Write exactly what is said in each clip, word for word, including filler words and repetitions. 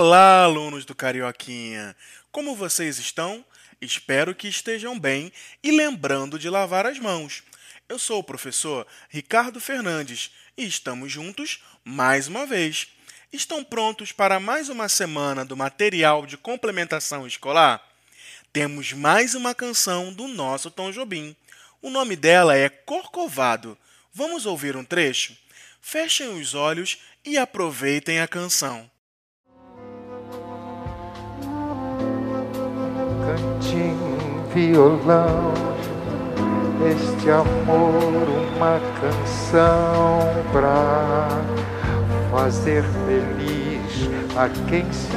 Olá, alunos do Carioquinha! Como vocês estão? Espero que estejam bem e lembrando de lavar as mãos. Eu sou o professor Ricardo Fernandes e estamos juntos mais uma vez. Estão prontos para mais uma semana do material de complementação escolar? Temos mais uma canção do nosso Tom Jobim. O nome dela é Corcovado. Vamos ouvir um trecho? Fechem os olhos e aproveitem a canção. Cantinho, violão, este amor, uma canção pra fazer feliz a quem se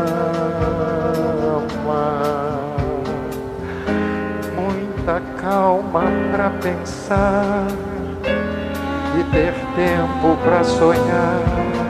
ama. Muita calma pra pensar e ter tempo pra sonhar.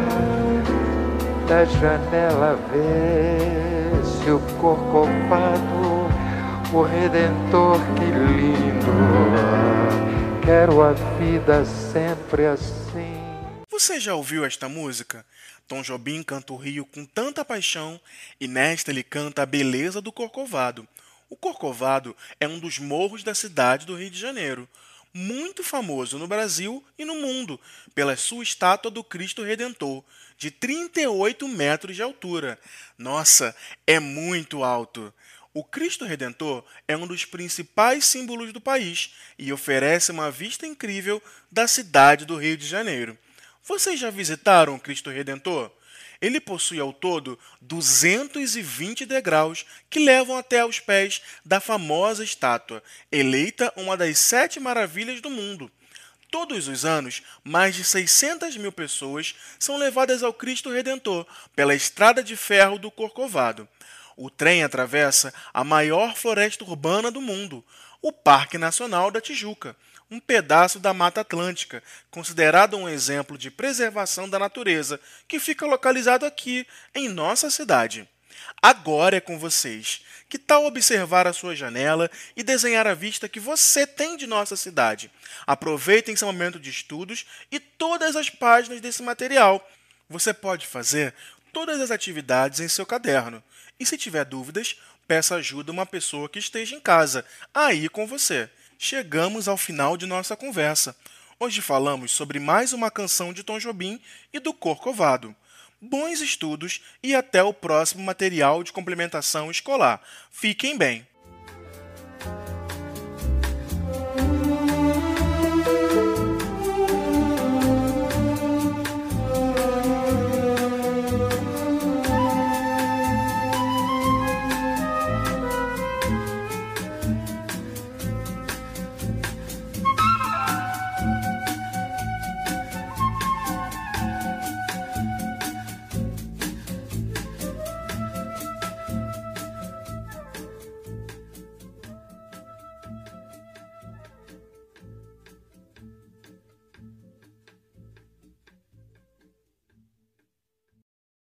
Da janela vê-se o Corcovado, o Redentor, que lindo. Quero a vida sempre assim. Você já ouviu esta música? Tom Jobim canta o Rio com tanta paixão e nesta ele canta a beleza do Corcovado. O Corcovado é um dos morros da cidade do Rio de Janeiro, muito famoso no Brasil e no mundo pela sua estátua do Cristo Redentor, de trinta e oito metros de altura. Nossa, é muito alto! O Cristo Redentor é um dos principais símbolos do país e oferece uma vista incrível da cidade do Rio de Janeiro. Vocês já visitaram o Cristo Redentor? Ele possui ao todo duzentos e vinte degraus que levam até aos pés da famosa estátua, eleita uma das sete maravilhas do mundo. Todos os anos, mais de seiscentas mil pessoas são levadas ao Cristo Redentor pela estrada de ferro do Corcovado. O trem atravessa a maior floresta urbana do mundo, o Parque Nacional da Tijuca, um pedaço da Mata Atlântica, considerado um exemplo de preservação da natureza, que fica localizado aqui, em nossa cidade. Agora é com vocês. Que tal observar a sua janela e desenhar a vista que você tem de nossa cidade? Aproveitem seu momento de estudos e todas as páginas desse material. Você pode fazer todas as atividades em seu caderno. E se tiver dúvidas, peça ajuda a uma pessoa que esteja em casa, aí com você. Chegamos ao final de nossa conversa. Hoje falamos sobre mais uma canção de Tom Jobim e do Corcovado. Bons estudos e até o próximo material de complementação escolar. Fiquem bem!